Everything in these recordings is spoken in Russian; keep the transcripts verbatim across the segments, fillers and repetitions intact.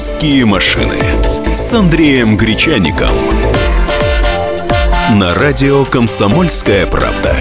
«Русские машины» с Андреем Гречаником на радио «Комсомольская правда».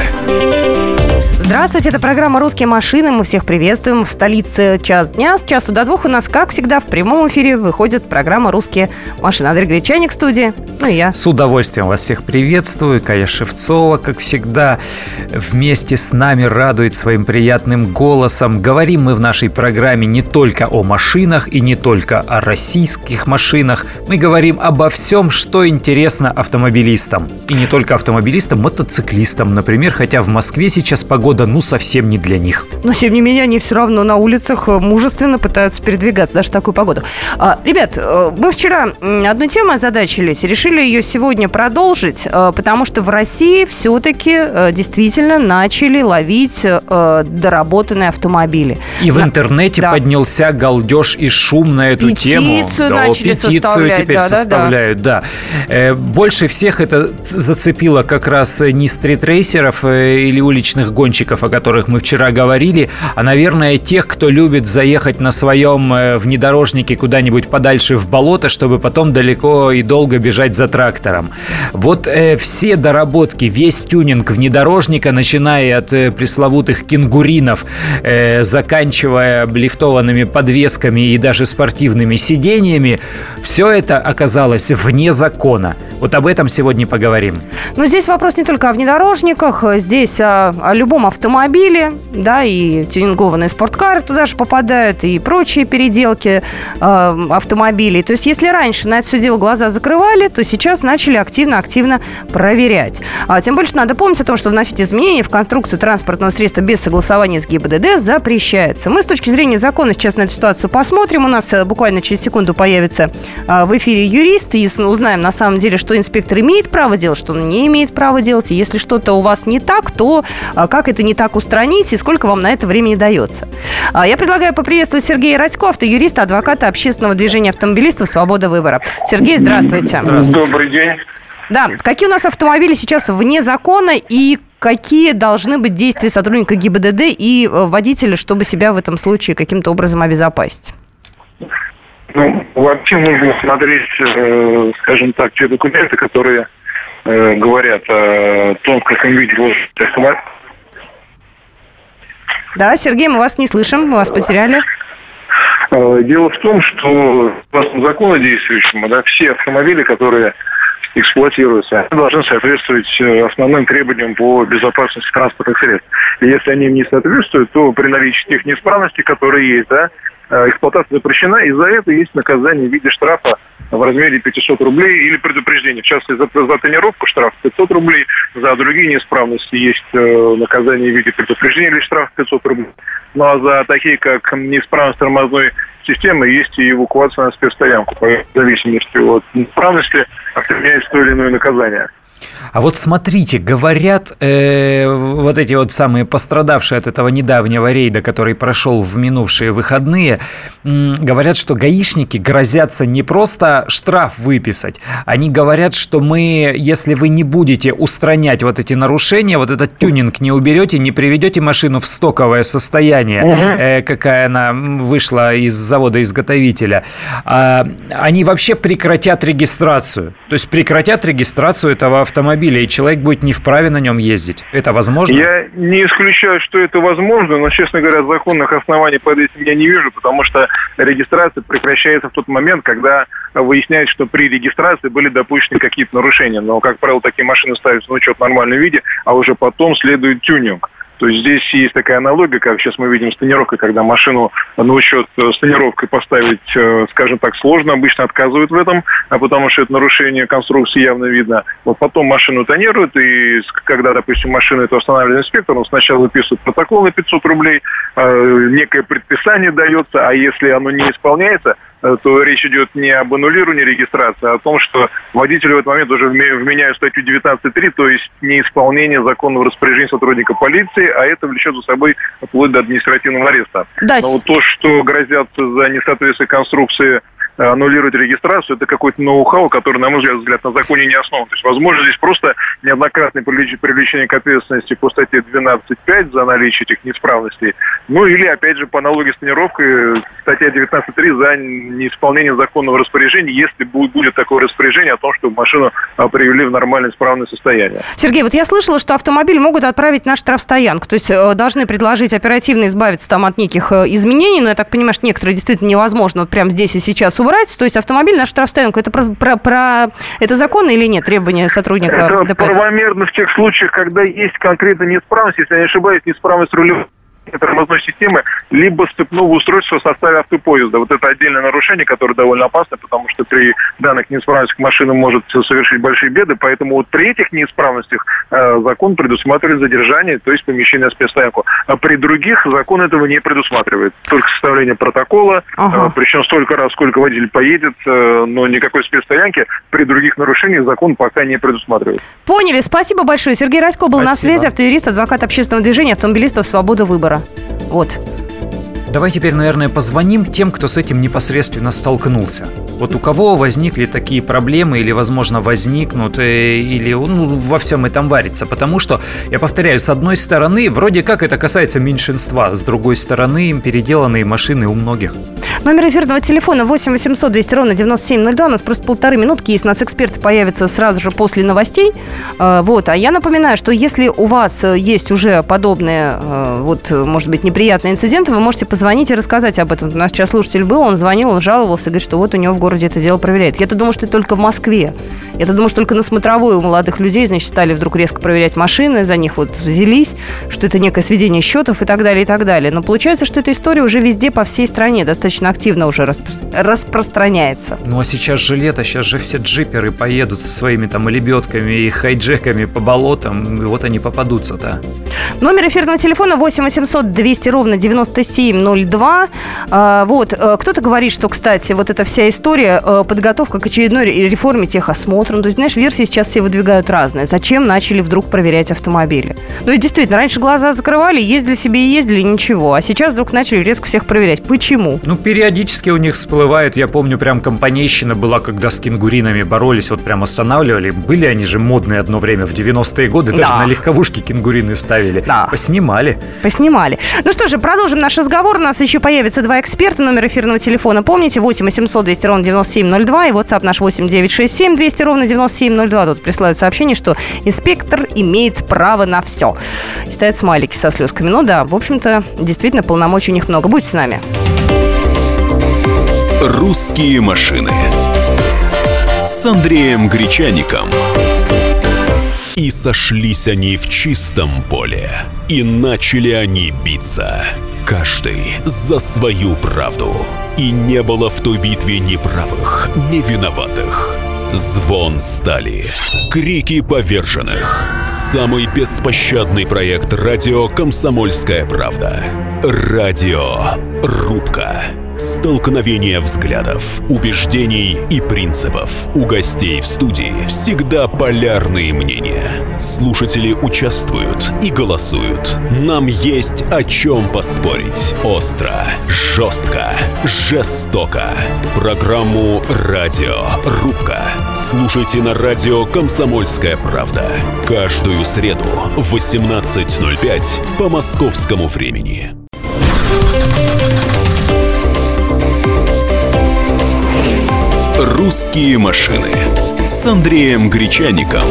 Здравствуйте, это программа «Русские машины». Мы всех приветствуем. В столице час дня. С часу до двух у нас, как всегда, в прямом эфире выходит программа «Русские машины». Андрей Гречаник в студии, ну и я. С удовольствием вас всех приветствую. Кая Шевцова, как всегда, вместе с нами радует своим приятным голосом. Говорим мы в нашей программе не только о машинах и не только о российских машинах. Мы говорим обо всем, что интересно автомобилистам. И не только автомобилистам, мотоциклистам, например. Хотя в Москве сейчас погода ну совсем не для них. Но, тем не менее, они все равно на улицах мужественно пытаются передвигаться, даже в такую погоду. А, ребят, мы вчера одну тему озадачились, решили ее сегодня продолжить, потому что в России все-таки действительно начали ловить доработанные автомобили. И в интернете да. поднялся галдеж и шум на эту петицию тему. Да, начали петицию составлять. теперь да, составляют, да. да. Больше всех это зацепило как раз не стритрейсеров или уличных гонщиков, о которых мы вчера говорили, а, наверное, тех, кто любит заехать на своем внедорожнике куда-нибудь подальше в болото, чтобы потом далеко и долго бежать за трактором. Вот э, все доработки, весь тюнинг внедорожника, начиная от э, пресловутых кенгуринов, э, заканчивая лифтованными подвесками и даже спортивными сиденьями, все это оказалось вне закона. Вот об этом сегодня поговорим. Но здесь вопрос не только о внедорожниках, здесь о, о любом автомобиле, да, и тюнингованные спорткары туда же попадают, и прочие переделки э, автомобилей. То есть, если раньше на это все дело глаза закрывали, то сейчас начали активно-активно проверять. А, тем больше надо помнить о том, что вносить изменения в конструкцию транспортного средства без согласования с ГИБДД запрещается. Мы с точки зрения закона сейчас на эту ситуацию посмотрим. У нас буквально через секунду появится э, в эфире юрист, и узнаем на самом деле, что инспектор имеет право делать, что он не имеет права делать. И если что-то у вас не так, то э, как это не так устранить и сколько вам на это времени дается. Я предлагаю поприветствовать Сергея Радько, автоюриста, адвоката общественного движения автомобилистов «Свобода выбора». Сергей, здравствуйте. Здравствуйте. Добрый день. Да, какие у нас автомобили сейчас вне закона и какие должны быть действия сотрудника ГИБДД и водителя, чтобы себя в этом случае каким-то образом обезопасить? Ну, вообще нужно смотреть, скажем так, те документы, которые говорят о том, в каком виде должен быть автомобиль. Да, Сергей, мы вас не слышим, мы вас потеряли. Дело в том, что по закону действующему, да, все автомобили, которые эксплуатируются, они должны соответствовать основным требованиям по безопасности транспортных средств. И если они им не соответствуют, то при наличии тех неисправностей, которые есть, да, эксплуатация запрещена, и за это есть наказание в виде штрафа в размере пятьсот рублей или предупреждение. В частности, за, за тренировку штраф пятьсот рублей, за другие неисправности есть э, наказание в виде предупреждения или штраф пятьсот рублей. Ну а за такие, как неисправность тормозной системы, есть и эвакуация на спецстоянку. В зависимости от неисправности определяется то или иное наказание. А вот смотрите, говорят, э, вот эти вот самые пострадавшие от этого недавнего рейда, который прошел в минувшие выходные, м, говорят, что гаишники грозятся не просто штраф выписать, они говорят, что мы, если вы не будете устранять вот эти нарушения, вот этот тюнинг не уберете, не приведете машину в стоковое состояние, э, какая она вышла из завода-изготовителя, э, они вообще прекратят регистрацию. То есть прекратят регистрацию этого автомобиля. автомобиля, и человек будет не вправе на нем ездить. Это возможно? Я не исключаю, что это возможно, но, честно говоря, законных оснований под этим я не вижу, потому что регистрация прекращается в тот момент, когда выясняется, что при регистрации были допущены какие-то нарушения. Но, как правило, такие машины ставятся на учет в нормальном виде, а уже потом следует тюнинг. То есть здесь есть такая аналогия, как сейчас мы видим с тонировкой, когда машину на учет с тонировкой поставить, скажем так, сложно, обычно отказывают в этом, а потому что это нарушение конструкции явно видно. Вот потом машину тонируют, и когда, допустим, машину это устанавливает инспектор, он сначала выписывает протокол на пятьсот рублей, некое предписание дается, а если оно не исполняется, то речь идет не об аннулировании регистрации, а о том, что водителю в этот момент уже вменяют статью девятнадцать точка три, то есть неисполнение законного распоряжения сотрудника полиции, а это влечет за собой вплоть до административного ареста. Да. Но вот то, что грозят за несоответствие конструкции аннулировать регистрацию, это какой-то ноу-хау, который, на мой взгляд, на законе не основан. То есть, возможно, здесь просто неоднократное привлечение к ответственности по статье двенадцать пять за наличие этих неисправностей. Ну или, опять же, по аналогии с тонировкой, статья девятнадцать три за неисполнение законного распоряжения, если будет, будет такое распоряжение о том, чтобы машину привели в нормальное исправное состояние. Сергей, вот я слышала, что автомобиль могут отправить на штрафстоянку, то есть э, должны предложить оперативно избавиться там от неких э, изменений, но я так понимаю, что некоторые действительно невозможно вот прямо здесь и сейчас убрать, то есть автомобиль на штрафстоянку, это про, про, про это законно или нет, требования сотрудника это ДПС? Это правомерно в тех случаях, когда есть конкретная неисправность, если я не ошибаюсь, неисправность рулевой тормозной системы, либо сцепного устройства в составе автопоезда. Вот это отдельное нарушение, которое довольно опасно, потому что при данных неисправностях машина может совершить большие беды, поэтому вот при этих неисправностях э, закон предусматривает задержание, то есть помещение на спецстоянку. А при других закон этого не предусматривает. Только составление протокола, ага. э, причем столько раз, сколько водитель поедет, э, но никакой спецстоянки при других нарушениях закон пока не предусматривает. Поняли. Спасибо большое. Сергей Расько был Спасибо. На связи, автоюрист, адвокат общественного движения автомобилистов «Свобода выбора». Вот. Давай теперь, наверное, позвоним тем, кто с этим непосредственно столкнулся. Вот у кого возникли такие проблемы или, возможно, возникнут, или ну, во всем этом варится. Потому что, я повторяю, с одной стороны, вроде как это касается меньшинства, с другой стороны, переделанные машины у многих. Номер эфирного телефона восемь восемьсот двести ровно девяносто семь ноль два. У нас просто полторы минутки есть. У нас эксперты появятся сразу же после новостей. Вот. А я напоминаю, что если у вас есть уже подобные, вот, может быть, неприятные инциденты, вы можете позвонить и рассказать об этом. У нас сейчас слушатель был, он звонил, он жаловался, говорит, что вот у него в городе это дело проверяют. Я-то думаю, что это только в Москве. Я-то думаю, что только на смотровой у молодых людей, значит, стали вдруг резко проверять машины, за них вот взялись, что это некое сведение счетов и так далее, и так далее. Но получается, что эта история уже везде, по всей стране, достаточно активно уже распро- распространяется. Ну а сейчас же лето, сейчас же все джиперы поедут со своими там лебедками и хайджеками по болотам, и вот они попадутся-то. Номер эфирного телефона восемь восемьсот двести ровно девяносто семь ноль два. А, вот, кто-то говорит, что, кстати, вот эта вся история, подготовка к очередной реформе техосмотра, ну, то есть, знаешь, версии сейчас все выдвигают разные. Зачем начали вдруг проверять автомобили? Ну и действительно, раньше глаза закрывали, ездили себе и ездили, ничего. А сейчас вдруг начали резко всех проверять. Почему? Ну, периодически у них всплывают, я помню, прям компанейщина была, когда с кенгуринами боролись, вот прям останавливали. Были они же модные одно время, в девяностые годы, даже да. на легковушки кенгурины ставили. Да. Поснимали. Поснимали. Ну что же, продолжим наш разговор. У нас еще появятся два эксперта. Номер эфирного телефона, помните, восемь восемьсот двести ровно девяносто семь ноль два и WhatsApp наш восемь девятьсот шестьдесят семь двести ровно девяносто семь ноль два. Тут присылают сообщение, что инспектор имеет право на все. И ставят смайлики со слезками. Ну да, в общем-то, действительно, полномочий у них много. Будьте с нами. «Русские машины» с Андреем Гречаником. И сошлись они в чистом поле, и начали они биться, каждый за свою правду. И не было в той битве ни правых, ни виноватых. Звон стали, крики поверженных. Самый беспощадный проект радио «Комсомольская правда». Радиорубка. Столкновение взглядов, убеждений и принципов. У гостей в студии всегда полярные мнения. Слушатели участвуют и голосуют. Нам есть о чем поспорить. Остро, жестко, жестоко. Программу «Радиорубка» слушайте на радио «Комсомольская правда». Каждую среду в восемнадцать ноль пять по московскому времени. «Русские машины» с Андреем Гречаником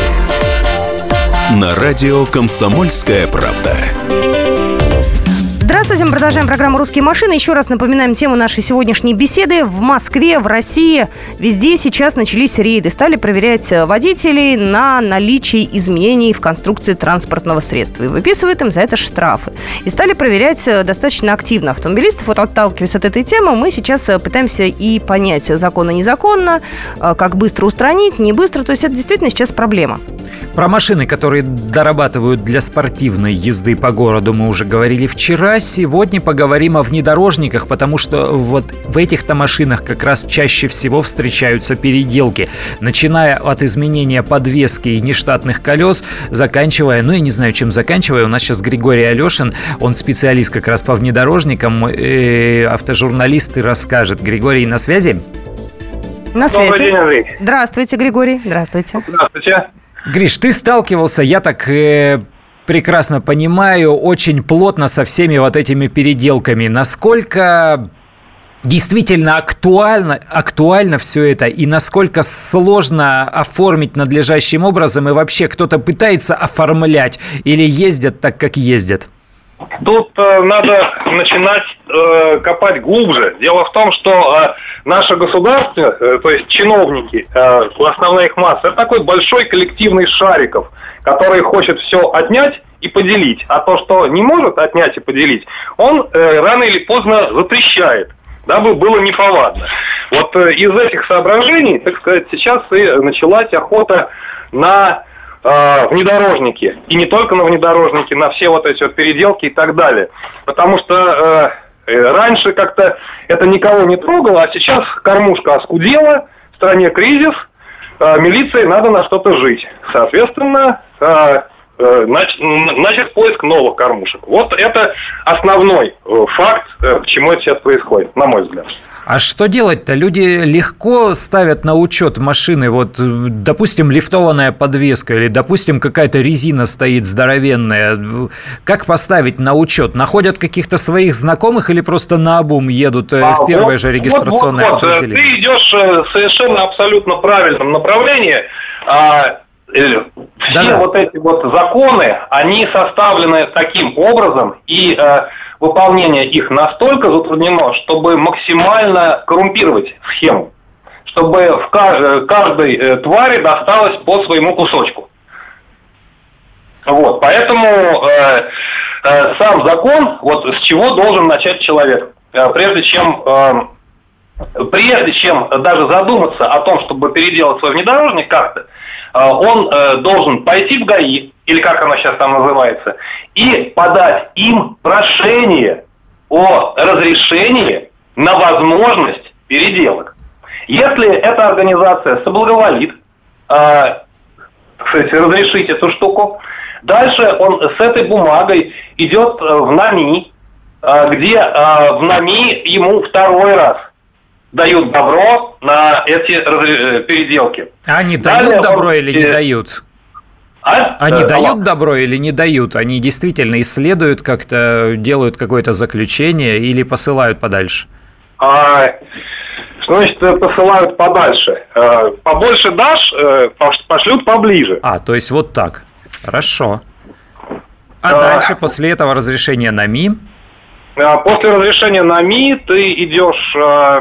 на радио «Комсомольская правда». Здравствуйте, мы продолжаем программу «Русские машины». Еще раз напоминаем тему нашей сегодняшней беседы. В Москве, в России, везде сейчас начались рейды. Стали проверять водителей на наличие изменений в конструкции транспортного средства. И выписывают им за это штрафы. И стали проверять достаточно активно автомобилистов. Вот, отталкиваясь от этой темы, мы сейчас пытаемся и понять, законно, незаконно, как быстро устранить, не быстро. То есть это действительно сейчас проблема. Про машины, которые дорабатывают для спортивной езды по городу, мы уже говорили вчера. Сегодня поговорим о внедорожниках, потому что вот в этих-то машинах как раз чаще всего встречаются переделки. Начиная от изменения подвески и нештатных колес, заканчивая, ну я не знаю, чем заканчивая. У нас сейчас Григорий Алешин, он специалист как раз по внедорожникам, э, автожурналист, и расскажет. Григорий, на связи? На связи. Добрый день, Андрей. Здравствуйте, Григорий. Здравствуйте. Здравствуйте. Гриш, ты сталкивался, я так э, прекрасно понимаю, очень плотно со всеми вот этими переделками. Насколько действительно актуально, актуально все это, и насколько сложно оформить надлежащим образом, и вообще кто-то пытается оформлять или ездят так, как ездят? Тут э, надо начинать э, копать глубже. Дело в том, что э, наше государство, э, то есть чиновники, э, основная их масса, это такой большой коллективный шариков, который хочет все отнять и поделить. А то, что не может отнять и поделить, он э, рано или поздно запрещает, дабы было неповадно. Вот э, из этих соображений, так сказать, сейчас и началась охота на э, внедорожники. И не только на внедорожники, на все вот эти вот переделки и так далее. Потому что э, раньше как-то это никого не трогало, а сейчас кормушка оскудела, в стране кризис, э, милиции надо на что-то жить. Соответственно, э, начать поиск новых кормушек. Вот это основной факт, к чему это сейчас происходит, на мой взгляд. А что делать-то? Люди легко ставят на учет машины, вот, допустим, лифтованная подвеска или, допустим, какая-то резина стоит здоровенная. Как поставить на учет? Находят каких-то своих знакомых или просто наобум едут а, в первое вот, же регистрационное вот, вот, подразделение? Ты идешь совершенно абсолютно правильном направлении. Все Да-да. вот эти вот законы, они составлены таким образом, и э, выполнение их настолько затруднено, чтобы максимально коррумпировать схему, чтобы в каждой, каждой э, твари досталось по своему кусочку. Вот, поэтому э, э, сам закон, вот с чего должен начать человек, э, прежде чем... Э, Прежде чем даже задуматься о том, чтобы переделать свой внедорожник как-то, он должен пойти в ГАИ, или как оно сейчас там называется, и подать им прошение о разрешении на возможность переделок. Если эта организация соблаговолит, кстати, разрешить эту штуку, дальше он с этой бумагой идет в НАМИ, где в НАМИ ему второй раз дают добро на эти переделки. Они Далее дают добро он... или не дают? А? Они а, дают а... добро или не дают? Они действительно исследуют как-то, делают какое-то заключение или посылают подальше? А, что значит посылают подальше? Побольше дашь, пошлют поближе. А, то есть вот так. Хорошо. А, а... дальше, после этого разрешения НАМИ? После разрешения НАМИ ты идешь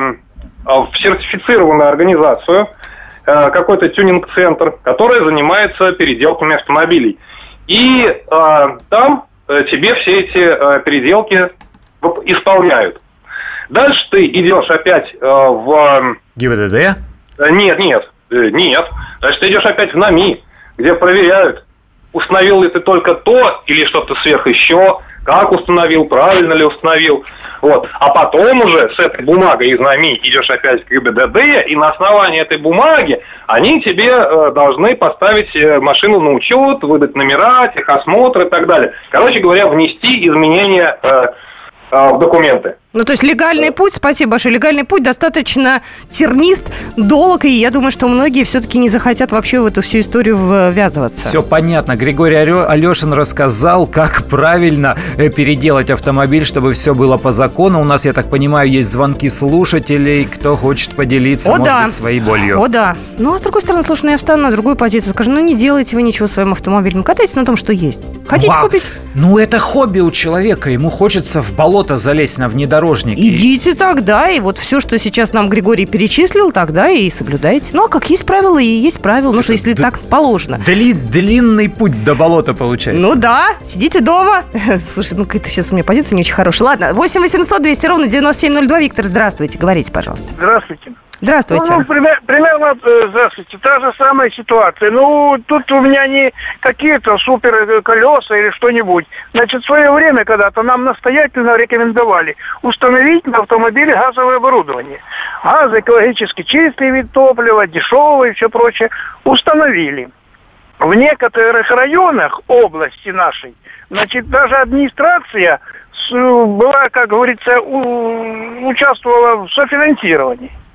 в сертифицированную организацию, какой-то тюнинг-центр, который занимается переделками автомобилей. И э, там тебе все эти э, переделки исполняют. Дальше ты идешь опять э, в... ГИБДД? Нет, нет, нет. Дальше ты идешь опять в НАМИ, где проверяют, установил ли ты только то или что-то сверх еще, как установил, правильно ли установил. Вот. А потом уже с этой бумагой из НАМИ идешь опять к ГИБДД, и на основании этой бумаги они тебе э, должны поставить машину на учет, выдать номера, техосмотр и так далее. Короче говоря, внести изменения э, э, в документы. Ну, то есть легальный путь, спасибо большое, легальный путь достаточно тернист, долг, и я думаю, что многие все-таки не захотят вообще в эту всю историю ввязываться. Все понятно. Григорий Алешин рассказал, как правильно переделать автомобиль, чтобы все было по закону. У нас, я так понимаю, есть звонки слушателей, кто хочет поделиться, О, может да. быть, своей болью. О, да. Ну, а с другой стороны, слушай, ну я встану на другую позицию, скажу, ну, не делайте вы ничего своим автомобилем, катайтесь на том, что есть. Хотите Вау. купить? Ну, это хобби у человека, ему хочется в болото залезть на внедорожник. Идите тогда, и вот все, что сейчас нам Григорий перечислил, тогда и соблюдайте. Ну, а как есть правила, и есть правила. Ну, что, если д- так положено. Дли- длинный путь до болота получается. Ну да, сидите дома. Слушай, ну какая-то сейчас у меня позиция не очень хорошая. Ладно, восемь восемьсот двести ровно девяносто семь ноль два. Виктор, здравствуйте, говорите, пожалуйста. Здравствуйте. Здравствуйте. Ну, пример, примерно, здравствуйте, та же самая ситуация. Ну, тут у меня не какие-то супер колеса или что-нибудь. Значит, в свое время когда-то нам настоятельно рекомендовали установить на автомобиле газовое оборудование. Газ экологически чистый вид топлива, дешевый и все прочее. Установили. В некоторых районах области нашей, значит, даже администрация была, как говорится, у, участвовала в софинансировании.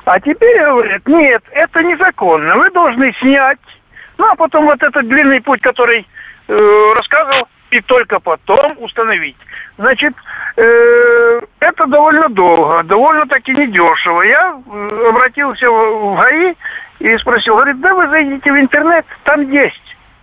А теперь говорят, нет, это незаконно, вы должны снять. Ну, а потом вот этот длинный путь, который э, рассказывал, и только потом установить. Значит, э, это довольно долго, довольно-таки недешево. Я э, обратился в, в ГАИ и спросил, говорит, да вы зайдите в интернет, там есть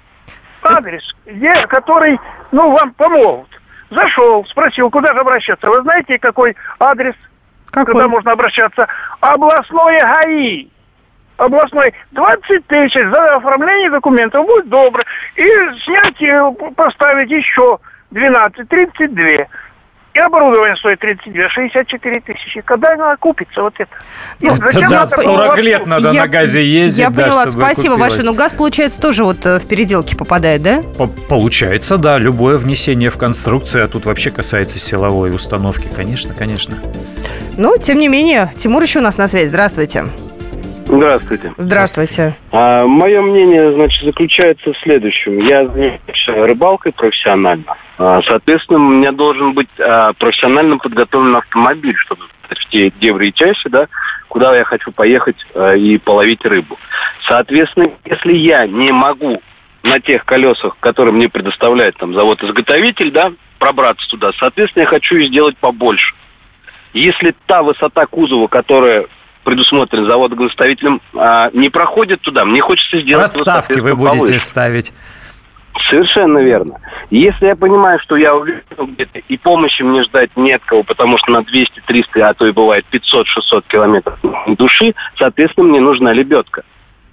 адрес, где, который, ну, вам помогут. Зашел, спросил, куда же обращаться. Вы знаете, какой адрес, какой? куда можно обращаться? Областное ГАИ. Областной. двадцать тысяч за оформление документов. Будь добры. И снять и поставить еще двенадцать, тридцать два. И оборудование стоит тридцать два, шестьдесят четыре тысячи. Когда оно окупится, вот это? Ну, зачем да, надо сорок было- лет надо Я- на газе ездить, Я да, поняла, чтобы спасибо окупилось. большое. Но газ, получается, тоже вот э, в переделки попадает, да? По- Получается, да, любое внесение в конструкцию, а тут вообще касается силовой установки, конечно, конечно. Но, тем не менее, Тимур еще у нас на связи. Здравствуйте. Здравствуйте. Здравствуйте. А, мое мнение, значит, заключается в следующем. Я занимаюсь рыбалкой профессионально. А, соответственно, у меня должен быть а, профессионально подготовлен автомобиль, чтобы в те дебри и чаще, да, куда я хочу поехать а, и половить рыбу. Соответственно, если я не могу на тех колесах, которые мне предоставляет там завод-изготовитель, да, пробраться туда, соответственно, я хочу и сделать побольше. Если та высота кузова, которая предусмотрен заводом-изготовителем, а, не проходит туда, мне хочется сделать... Проставки вы будете повыше. ставить. Совершенно верно. Если я понимаю, что я увижу где-то, и помощи мне ждать не от кого, потому что на двести, триста, а то и бывает пятьсот, шестьсот километров души, соответственно, мне нужна лебедка.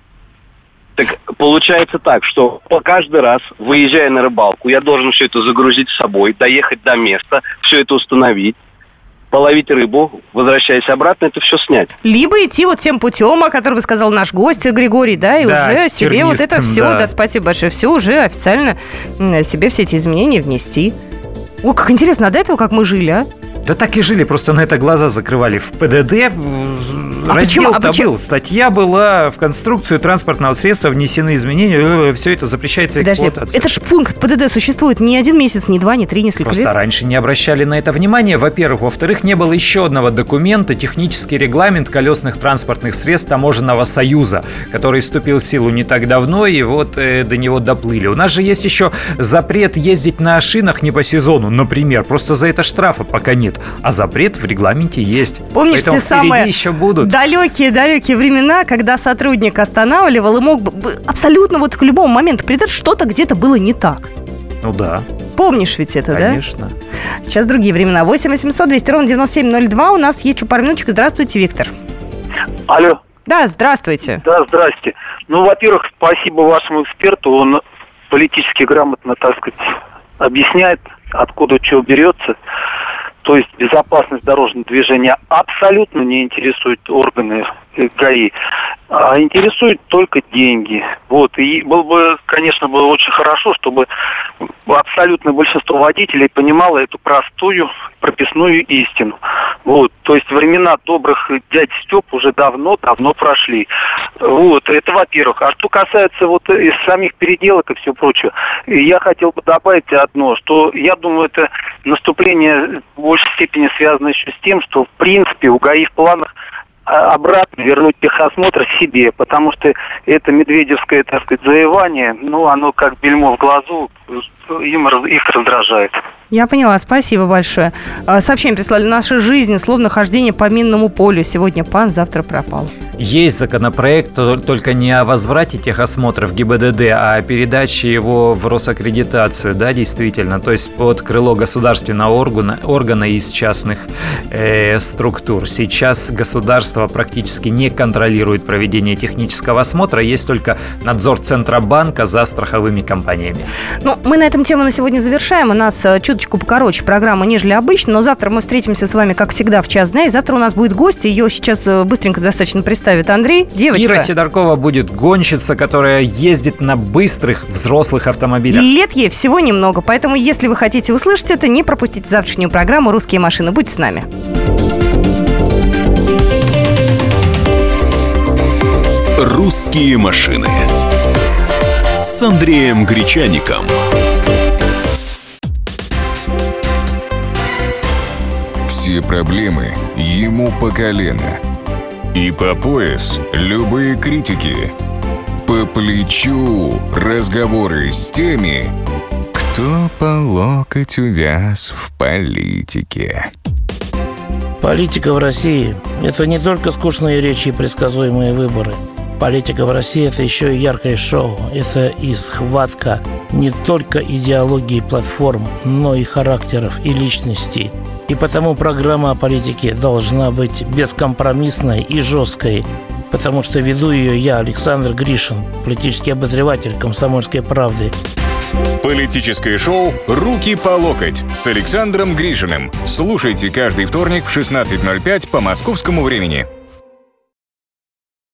Так получается так, что каждый раз, выезжая на рыбалку, я должен все это загрузить с собой, доехать до места, все это установить, половить рыбу, возвращаясь обратно, это все снять. Либо идти вот тем путем, о котором сказал наш гость Григорий, да, и Да, уже себе вот это тернистым, все, да. да, спасибо большое, все уже официально м, себе все эти изменения внести. О, как интересно, а до этого как мы жили, а? Да так и жили, просто на это глаза закрывали. В ПДД А раздел-то почему? А почему? был, статья была, в конструкцию транспортного средства внесены изменения, все это запрещается Подожди, эксплуатация. это ж пункт ПДД существует не один месяц, не два, не три, несколько Просто лет. раньше не обращали на это внимания, во-первых. Во-вторых, не было еще одного документа, технический регламент колесных транспортных средств Таможенного союза, который вступил в силу не так давно, и вот э, до него доплыли. У нас же есть еще запрет ездить на шинах не по сезону, например. Просто за это штрафа пока нет. А запрет в регламенте есть. Помнишь Поэтому те впереди самые еще будут. далекие-далекие времена, когда сотрудник останавливал и мог бы абсолютно вот к любому моменту придать, что-то где-то было не так. Ну да, Помнишь ведь это, да? конечно. Сейчас другие времена. восемь восемьсот двести ровно девяносто семь ноль два. У нас есть еще пару минуточек. Здравствуйте, Виктор. Алло. Да, здравствуйте. Да, здрасте. Ну, во-первых, спасибо вашему эксперту. Он политически грамотно, так сказать, объясняет, откуда что берется. То есть безопасность дорожного движения абсолютно не интересует органы ГАИ, а интересует только деньги. Вот. И было бы, конечно, было очень хорошо, чтобы абсолютное большинство водителей понимало эту простую прописную истину. Вот. То есть времена добрых дядь Степ уже давно-давно прошли. Вот. Это во-первых. А что касается вот из самих переделок и все прочее, я хотел бы добавить одно, что я думаю, это наступление в большей степени связано еще с тем, что в принципе у ГАИ в планах обратно вернуть техосмотр себе, потому что это медведевское, так сказать, завоевание, ну, оно как бельмо в глазу, им, их раздражает. Я поняла, спасибо большое. А, Сообщение прислали. Наша жизнь словно хождение по минному полю. Сегодня пан, завтра пропал. Есть законопроект, то- только не о возврате техосмотров ГИБДД, а о передаче его в Росаккредитацию, да, действительно, то есть под крыло государственного органа, органа из частных э, структур. Сейчас государство практически не контролирует проведение технического осмотра, есть только надзор Центробанка за страховыми компаниями. Ну, мы на этом тему на сегодня завершаем. У нас э, чуточку покороче программа, нежели обычно, но завтра мы встретимся с вами, как всегда, в час дня, и завтра у нас будет гость, ее сейчас э, быстренько достаточно представит Андрей. Девочка. Ира Сидоркова будет гонщица, которая ездит на быстрых взрослых автомобилях. Лет ей всего немного, поэтому, если вы хотите услышать это, не пропустите завтрашнюю программу «Русские машины». Будьте с нами. «Русские машины» с Андреем Гречаником. Все проблемы ему по колено. И по пояс любые критики. По плечу разговоры с теми, кто по локоть увяз в политике. Политика в России – это не только скучные речи и предсказуемые выборы. Политика в России – это еще и яркое шоу. Это и схватка не только идеологии и платформ, но и характеров и личностей. И потому программа о политике должна быть бескомпромиссной и жесткой, потому что веду ее я, Александр Гришин, политический обозреватель «Комсомольской правды». Политическое шоу «Руки по локоть» с Александром Гришиным. Слушайте каждый вторник в шестнадцать ноль пять по московскому времени.